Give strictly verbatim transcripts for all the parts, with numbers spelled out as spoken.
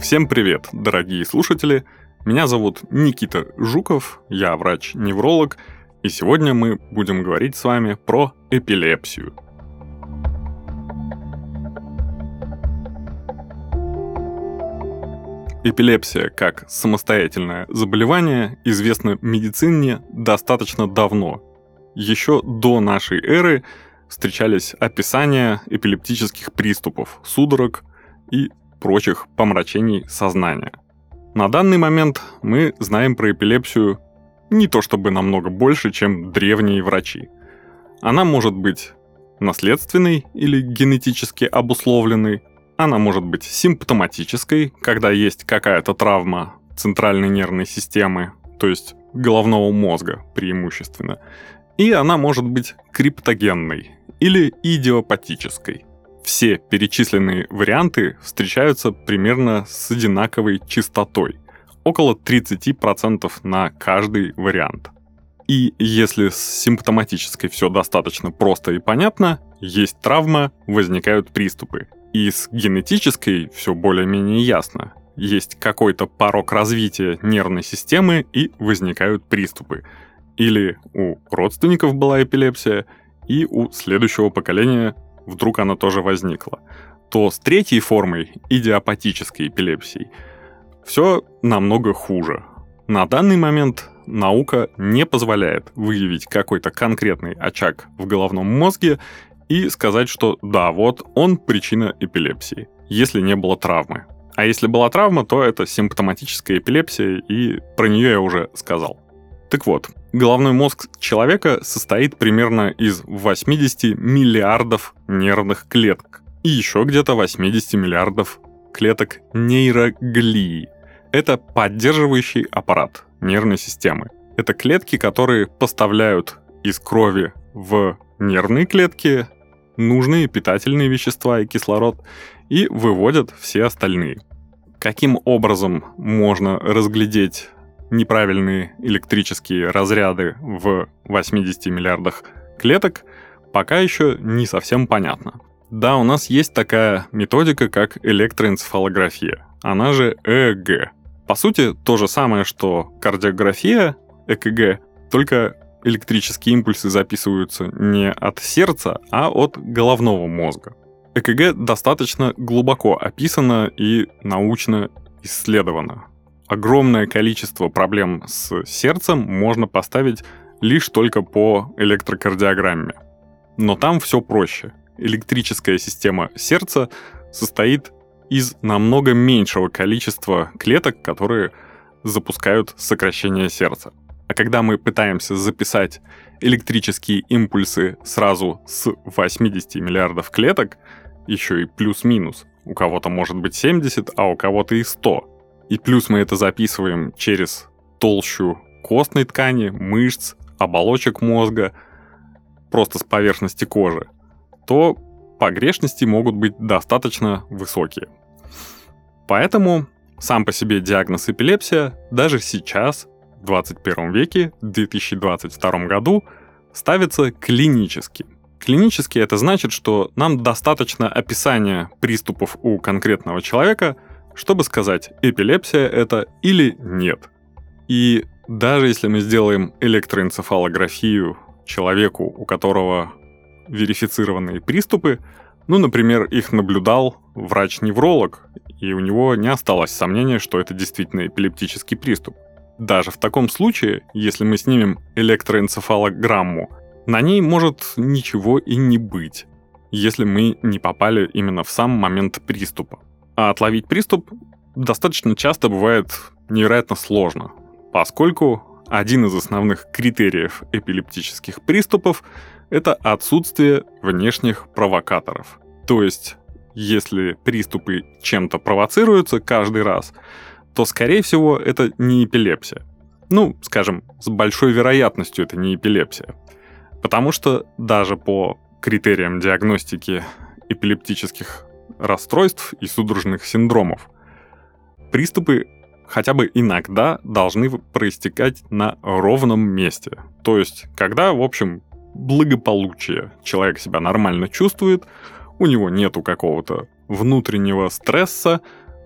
Всем привет, дорогие слушатели! Меня зовут Никита Жуков, я врач-невролог, и сегодня мы будем говорить с вами про эпилепсию. Эпилепсия как самостоятельное заболевание известна медицине достаточно давно. Еще до нашей эры встречались описания эпилептических приступов, судорог и прочих помрачений сознания. На данный момент мы знаем про эпилепсию не то чтобы намного больше, чем древние врачи. Она может быть наследственной или генетически обусловленной, она может быть симптоматической, когда есть какая-то травма центральной нервной системы, то есть головного мозга преимущественно, и она может быть криптогенной или идиопатической. Все перечисленные варианты встречаются примерно с одинаковой частотой, около тридцать процентов на каждый вариант. И если с симптоматической все достаточно просто и понятно, есть травма, возникают приступы. И с генетической все более-менее ясно. Есть какой-то порог развития нервной системы и возникают приступы. Или у родственников была эпилепсия, и у следующего поколения вдруг она тоже возникла. То с третьей формой, идиопатической эпилепсией, все намного хуже. На данный момент наука не позволяет выявить какой-то конкретный очаг в головном мозге и сказать, что да, вот он причина эпилепсии, если не было травмы. А если была травма, то это симптоматическая эпилепсия, и про нее я уже сказал. Так вот, головной мозг человека состоит примерно из восемьдесят миллиардов нервных клеток и еще где-то восемьдесят миллиардов клеток нейроглии. Это поддерживающий аппарат нервной системы. Это клетки, которые поставляют из крови в нервные клетки нужные питательные вещества и кислород и выводят все остальные. Каким образом можно разглядеть неправильные электрические разряды в восьмидесяти миллиардах клеток, пока еще не совсем понятно. Да, у нас есть такая методика, как электроэнцефалография, она же ЭЭГ. По сути, то же самое, что кардиография, ЭКГ, только электрические импульсы записываются не от сердца, а от головного мозга. ЭКГ достаточно глубоко описано и научно исследовано. Огромное количество проблем с сердцем можно поставить лишь только по электрокардиограмме. Но там все проще. Электрическая система сердца состоит из намного меньшего количества клеток, которые запускают сокращение сердца. А когда мы пытаемся записать электрические импульсы сразу с восьмидесяти миллиардов клеток, еще и плюс-минус, у кого-то может быть семьдесят, а у кого-то и сто, и плюс мы это записываем через толщу костной ткани, мышц, оболочек мозга, просто с поверхности кожи, то погрешности могут быть достаточно высокие. Поэтому сам по себе диагноз эпилепсия даже сейчас, в двадцать первом веке, в две тысячи двадцать втором году, ставится клинически. Клинически это значит, что нам достаточно описания приступов у конкретного человека, чтобы сказать, эпилепсия это или нет. И даже если мы сделаем электроэнцефалографию человеку, у которого верифицированные приступы, ну, например, их наблюдал врач-невролог, и у него не осталось сомнения, что это действительно эпилептический приступ. Даже в таком случае, если мы снимем электроэнцефалограмму, на ней может ничего и не быть, если мы не попали именно в сам момент приступа. А отловить приступ достаточно часто бывает невероятно сложно, поскольку один из основных критериев эпилептических приступов – это отсутствие внешних провокаторов. То есть, если приступы чем-то провоцируются каждый раз, то, скорее всего, это не эпилепсия. Ну, скажем, с большой вероятностью это не эпилепсия. Потому что даже по критериям диагностики эпилептических расстройств и судорожных синдромов приступы хотя бы иногда должны проистекать на ровном месте. То есть, когда, в общем, благополучие, человек себя нормально чувствует, у него нету какого-то внутреннего стресса,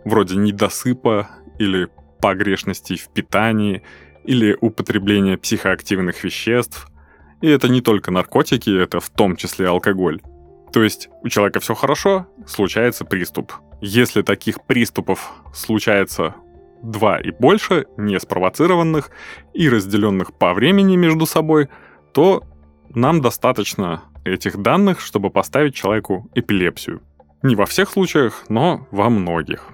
вроде недосыпа или погрешностей в питании или употребления психоактивных веществ. И это не только наркотики, это в том числе алкоголь. То есть у человека все хорошо, случается приступ. Если таких приступов случается два и больше, не спровоцированных и разделенных по времени между собой, то нам достаточно этих данных, чтобы поставить человеку эпилепсию. Не во всех случаях, но во многих.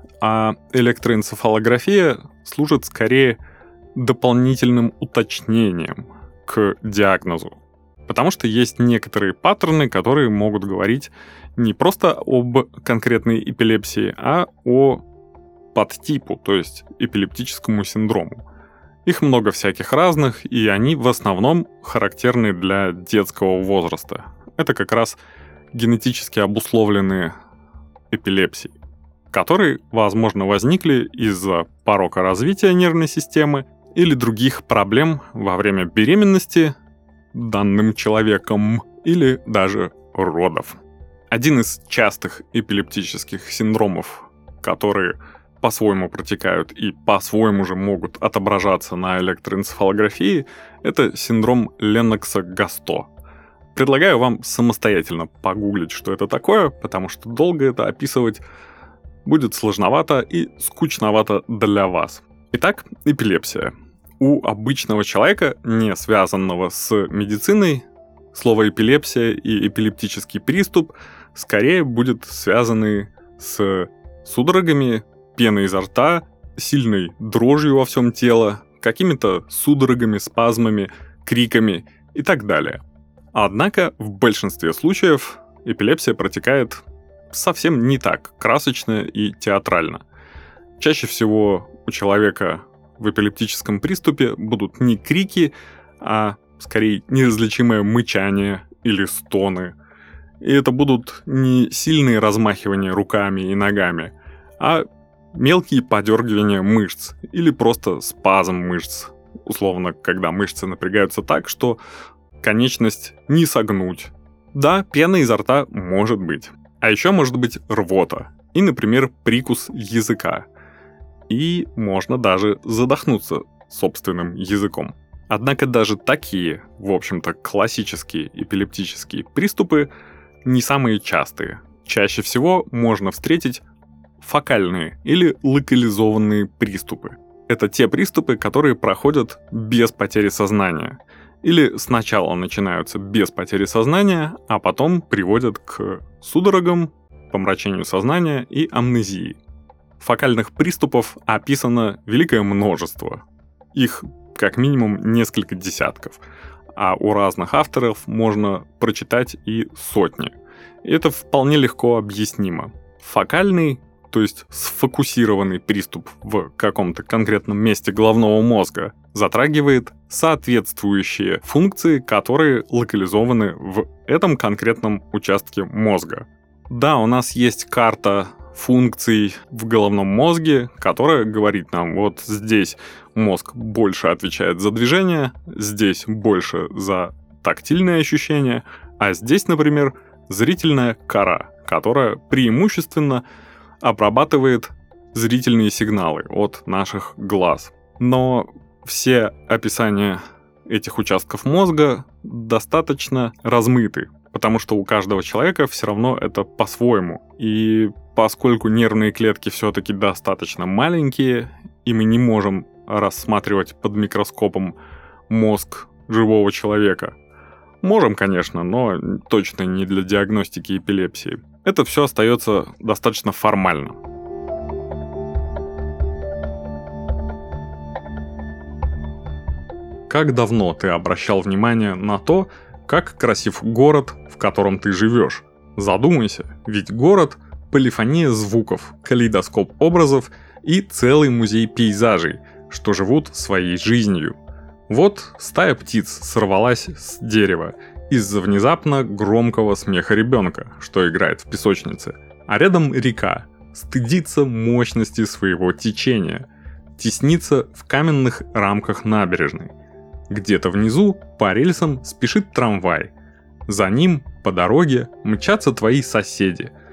А электроэнцефалография служит скорее дополнительным уточнением к диагнозу. Потому что есть некоторые паттерны, которые могут говорить не просто об конкретной эпилепсии, а о подтипу, то есть эпилептическому синдрому. Их много всяких разных, и они в основном характерны для детского возраста. Это как раз генетически обусловленные эпилепсии, которые, возможно, возникли из-за порока развития нервной системы или других проблем во время беременности данным человеком или даже родов. Один из частых эпилептических синдромов, которые по-своему протекают и по-своему же могут отображаться на электроэнцефалографии, это синдром Леннокса-Гасто. Предлагаю вам самостоятельно погуглить, что это такое, потому что долго это описывать будет сложновато и скучновато для вас. Итак, эпилепсия. У обычного человека, не связанного с медициной, слово эпилепсия и эпилептический приступ скорее будут связаны с судорогами, пеной изо рта, сильной дрожью во всем теле, какими-то судорогами, спазмами, криками и так далее. Однако в большинстве случаев эпилепсия протекает совсем не так красочно и театрально. Чаще всего у человека в эпилептическом приступе будут не крики, а скорее неразличимое мычание или стоны. И это будут не сильные размахивания руками и ногами, а мелкие подергивания мышц или просто спазм мышц. Условно, когда мышцы напрягаются так, что конечность не согнуть. Да, пена изо рта может быть. А еще может быть рвота и, например, прикус языка. И можно даже задохнуться собственным языком. Однако даже такие, в общем-то, классические эпилептические приступы не самые частые. Чаще всего можно встретить фокальные или локализованные приступы. Это те приступы, которые проходят без потери сознания. Или сначала начинаются без потери сознания, а потом приводят к судорогам, помрачению сознания и амнезии. Фокальных приступов описано великое множество. Их как минимум несколько десятков, а у разных авторов можно прочитать и сотни. И это вполне легко объяснимо. Фокальный, то есть сфокусированный приступ в каком-то конкретном месте головного мозга, затрагивает соответствующие функции, которые локализованы в этом конкретном участке мозга. Да, у нас есть карта функций в головном мозге, которая говорит нам, вот здесь мозг больше отвечает за движение, здесь больше за тактильные ощущения, а здесь, например, зрительная кора, которая преимущественно обрабатывает зрительные сигналы от наших глаз. Но все описания этих участков мозга достаточно размыты, потому что у каждого человека все равно это по-своему. И поскольку нервные клетки все-таки достаточно маленькие, и мы не можем рассматривать под микроскопом мозг живого человека, можем, конечно, но точно не для диагностики эпилепсии. Это все остается достаточно формально. Как давно ты обращал внимание на то, как красив город, в котором ты живешь? Задумайся, ведь город – полифония звуков, калейдоскоп образов и целый музей пейзажей, что живут своей жизнью. Вот стая птиц сорвалась с дерева из-за внезапно громкого смеха ребенка, что играет в песочнице. А рядом река, стыдится мощности своего течения, теснится в каменных рамках набережной. Где-то внизу по рельсам спешит трамвай. За ним по дороге мчатся твои соседи.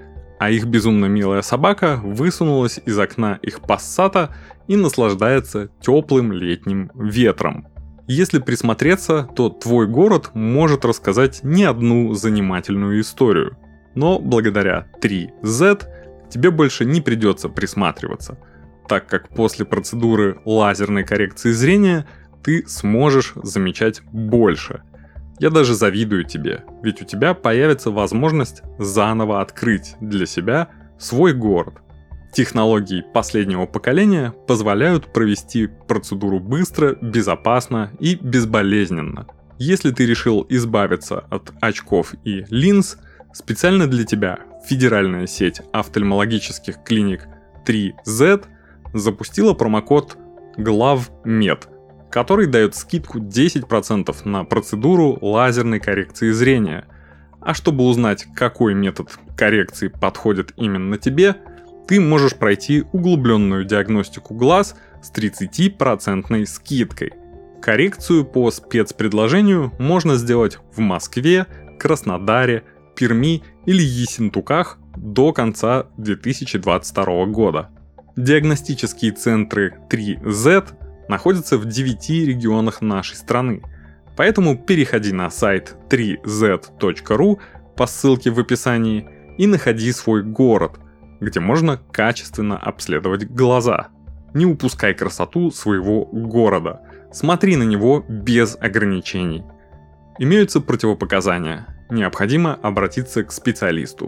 а их безумно милая собака высунулась из окна их пассата и наслаждается теплым летним ветром. Если присмотреться, то твой город может рассказать не одну занимательную историю. Но благодаря три зет тебе больше не придется присматриваться, так как после процедуры лазерной коррекции зрения ты сможешь замечать больше. Я даже завидую тебе, ведь у тебя появится возможность заново открыть для себя свой город. Технологии последнего поколения позволяют провести процедуру быстро, безопасно и безболезненно. Если ты решил избавиться от очков и линз, специально для тебя федеральная сеть офтальмологических клиник три зет запустила промокод главмед, который дает скидку десять процентов на процедуру лазерной коррекции зрения. А чтобы узнать, какой метод коррекции подходит именно тебе, ты можешь пройти углубленную диагностику глаз с тридцатипроцентной скидкой. Коррекцию по спецпредложению можно сделать в Москве, Краснодаре, Перми или Ессентуках до конца две тысячи двадцать второго года. Диагностические центры три зет находятся в девяти регионах нашей страны, поэтому переходи на сайт три зет точка ру по ссылке в описании и находи свой город, где можно качественно обследовать глаза. Не упускай красоту своего города, смотри на него без ограничений. Имеются противопоказания, необходимо обратиться к специалисту.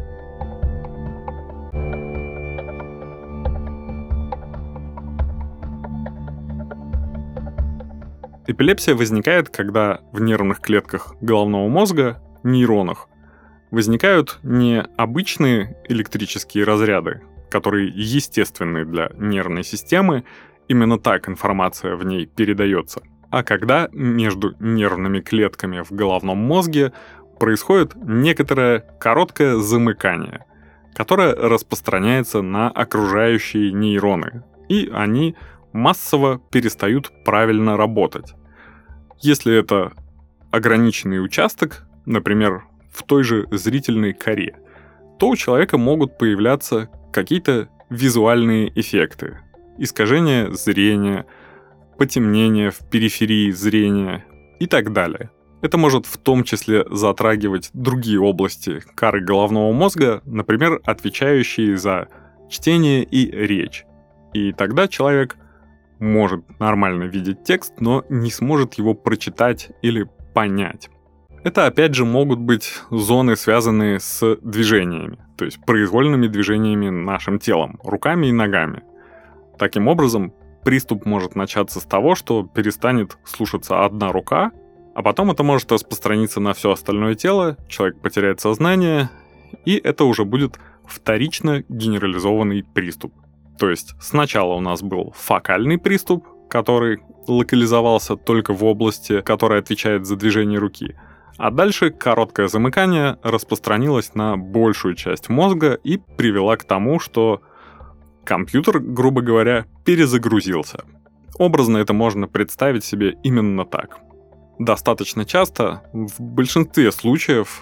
Эпилепсия возникает, когда в нервных клетках головного мозга, нейронах, возникают не обычные электрические разряды, которые естественны для нервной системы, именно так информация в ней передается, а когда между нервными клетками в головном мозге происходит некоторое короткое замыкание, которое распространяется на окружающие нейроны, и они массово перестают правильно работать. Если это ограниченный участок, например, в той же зрительной коре, то у человека могут появляться какие-то визуальные эффекты, искажение зрения, потемнение в периферии зрения и так далее. Это может в том числе затрагивать другие области коры головного мозга, например, отвечающие за чтение и речь. И тогда человек может нормально видеть текст, но не сможет его прочитать или понять. Это опять же могут быть зоны, связанные с движениями, то есть произвольными движениями нашим телом, руками и ногами. Таким образом, приступ может начаться с того, что перестанет слушаться одна рука, а потом это может распространиться на все остальное тело, человек потеряет сознание, и это уже будет вторично генерализованный приступ. То есть сначала у нас был фокальный приступ, который локализовался только в области, которая отвечает за движение руки, а дальше короткое замыкание распространилось на большую часть мозга и привело к тому, что компьютер, грубо говоря, перезагрузился. Образно это можно представить себе именно так. Достаточно часто, в большинстве случаев,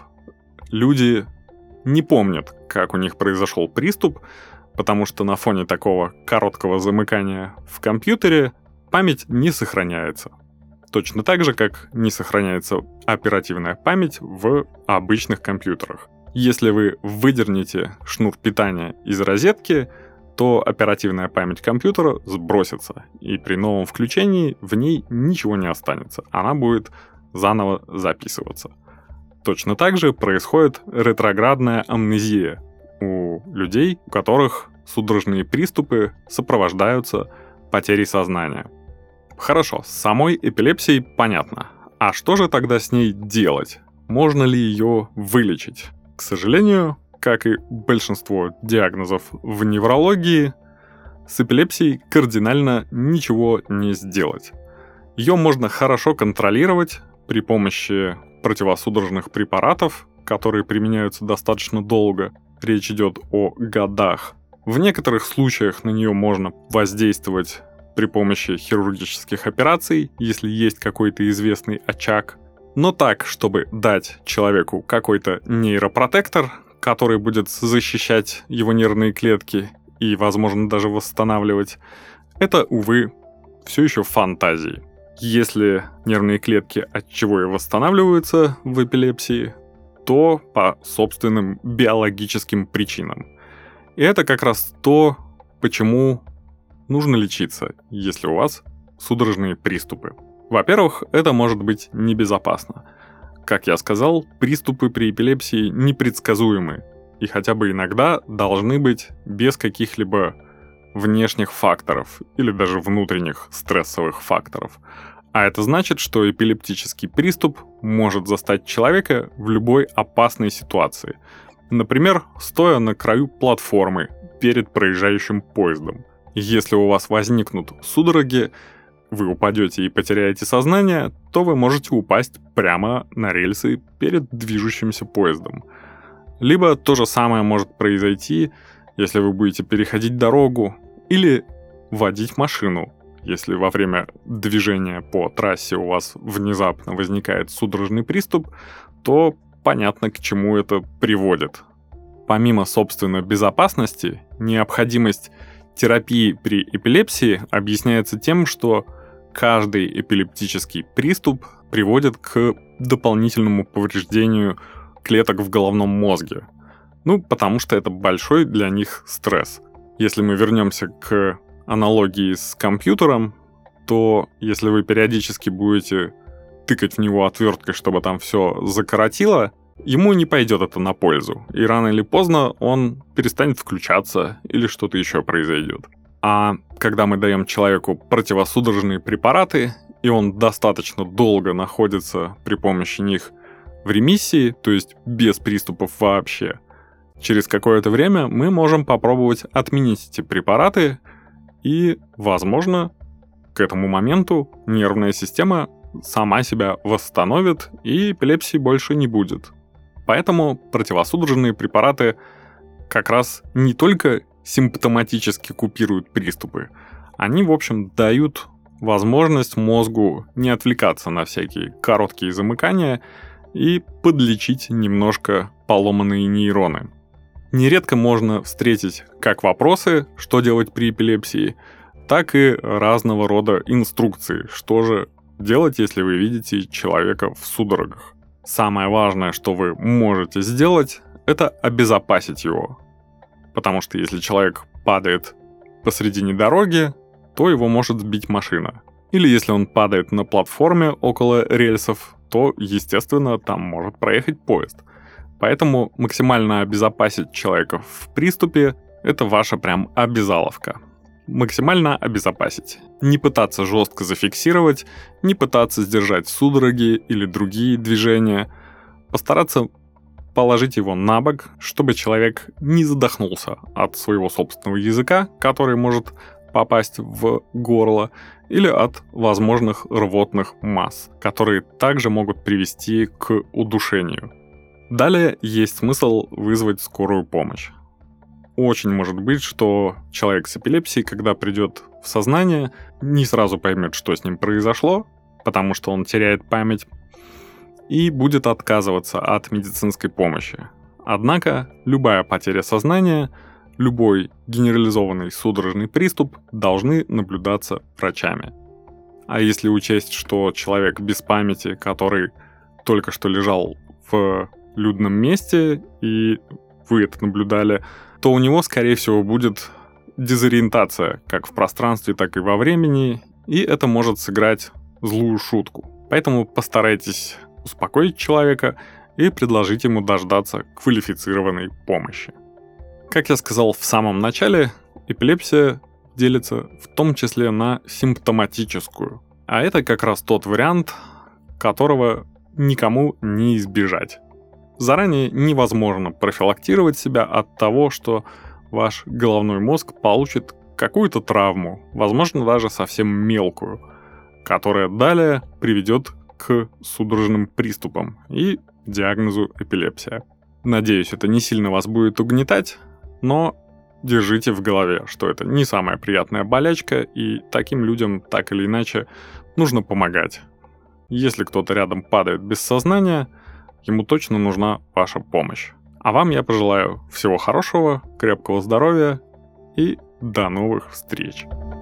люди не помнят, как у них произошел приступ, потому что на фоне такого короткого замыкания в компьютере память не сохраняется. Точно так же, как не сохраняется оперативная память в обычных компьютерах. Если вы выдернете шнур питания из розетки, то оперативная память компьютера сбросится, и при новом включении в ней ничего не останется, она будет заново записываться. Точно так же происходит ретроградная амнезия у людей, у которых судорожные приступы сопровождаются потерей сознания. Хорошо, с самой эпилепсией понятно. А что же тогда с ней делать? Можно ли ее вылечить? К сожалению, как и большинство диагнозов в неврологии, с эпилепсией кардинально ничего не сделать. Ее можно хорошо контролировать при помощи противосудорожных препаратов, которые применяются достаточно долго. Речь идет о годах. В некоторых случаях на нее можно воздействовать при помощи хирургических операций, если есть какой-то известный очаг. Но так, чтобы дать человеку какой-то нейропротектор, который будет защищать его нервные клетки и, возможно, даже восстанавливать, это, увы, все еще фантазии. Если нервные клетки от чего и восстанавливаются в эпилепсии, то по собственным биологическим причинам. И это как раз то, почему нужно лечиться, если у вас судорожные приступы. Во-первых, это может быть небезопасно. Как я сказал, приступы при эпилепсии непредсказуемы и хотя бы иногда должны быть без каких-либо внешних факторов или даже внутренних стрессовых факторов. А это значит, что эпилептический приступ может застать человека в любой опасной ситуации. Например, стоя на краю платформы перед проезжающим поездом. Если у вас возникнут судороги, вы упадете и потеряете сознание, то вы можете упасть прямо на рельсы перед движущимся поездом. Либо то же самое может произойти, если вы будете переходить дорогу или водить машину. Если во время движения по трассе у вас внезапно возникает судорожный приступ, то понятно, к чему это приводит. Помимо, собственно, безопасности, необходимость терапии при эпилепсии объясняется тем, что каждый эпилептический приступ приводит к дополнительному повреждению клеток в головном мозге. Ну, потому что это большой для них стресс. Если мы вернемся к аналогии с компьютером, то если вы периодически будете тыкать в него отверткой, чтобы там все закоротило, ему не пойдет это на пользу. И рано или поздно он перестанет включаться или что-то еще произойдет. А когда мы даем человеку противосудорожные препараты, и он достаточно долго находится при помощи них в ремиссии, то есть без приступов вообще, через какое-то время мы можем попробовать отменить эти препараты, и, возможно, к этому моменту нервная система сама себя восстановит, и эпилепсии больше не будет. Поэтому противосудорожные препараты как раз не только симптоматически купируют приступы, они, в общем, дают возможность мозгу не отвлекаться на всякие короткие замыкания и подлечить немножко поломанные нейроны. Нередко можно встретить как вопросы, что делать при эпилепсии, так и разного рода инструкции, что же делать, если вы видите человека в судорогах. Самое важное, что вы можете сделать, это обезопасить его. Потому что если человек падает посредине дороги, то его может сбить машина. Или если он падает на платформе около рельсов, то, естественно, там может проехать поезд. Поэтому максимально обезопасить человека в приступе – это ваша прям обязаловка. Максимально обезопасить. Не пытаться жестко зафиксировать, не пытаться сдержать судороги или другие движения. Постараться положить его на бок, чтобы человек не задохнулся от своего собственного языка, который может попасть в горло, или от возможных рвотных масс, которые также могут привести к удушению. Далее есть смысл вызвать скорую помощь. Очень может быть, что человек с эпилепсией, когда придет в сознание, не сразу поймет, что с ним произошло, потому что он теряет память, и будет отказываться от медицинской помощи. Однако любая потеря сознания, любой генерализованный судорожный приступ должны наблюдаться врачами. А если учесть, что человек без памяти, который только что лежал в людном месте, и вы это наблюдали, то у него, скорее всего, будет дезориентация как в пространстве, так и во времени, и это может сыграть злую шутку. Поэтому постарайтесь успокоить человека и предложить ему дождаться квалифицированной помощи. Как я сказал в самом начале, эпилепсия делится в том числе на симптоматическую, а это как раз тот вариант, которого никому не избежать. Заранее невозможно профилактировать себя от того, что ваш головной мозг получит какую-то травму, возможно, даже совсем мелкую, которая далее приведет к судорожным приступам и диагнозу эпилепсия. Надеюсь, это не сильно вас будет угнетать, но держите в голове, что это не самая приятная болячка, и таким людям так или иначе нужно помогать. Если кто-то рядом падает без сознания, ему точно нужна ваша помощь. А вам я пожелаю всего хорошего, крепкого здоровья и до новых встреч.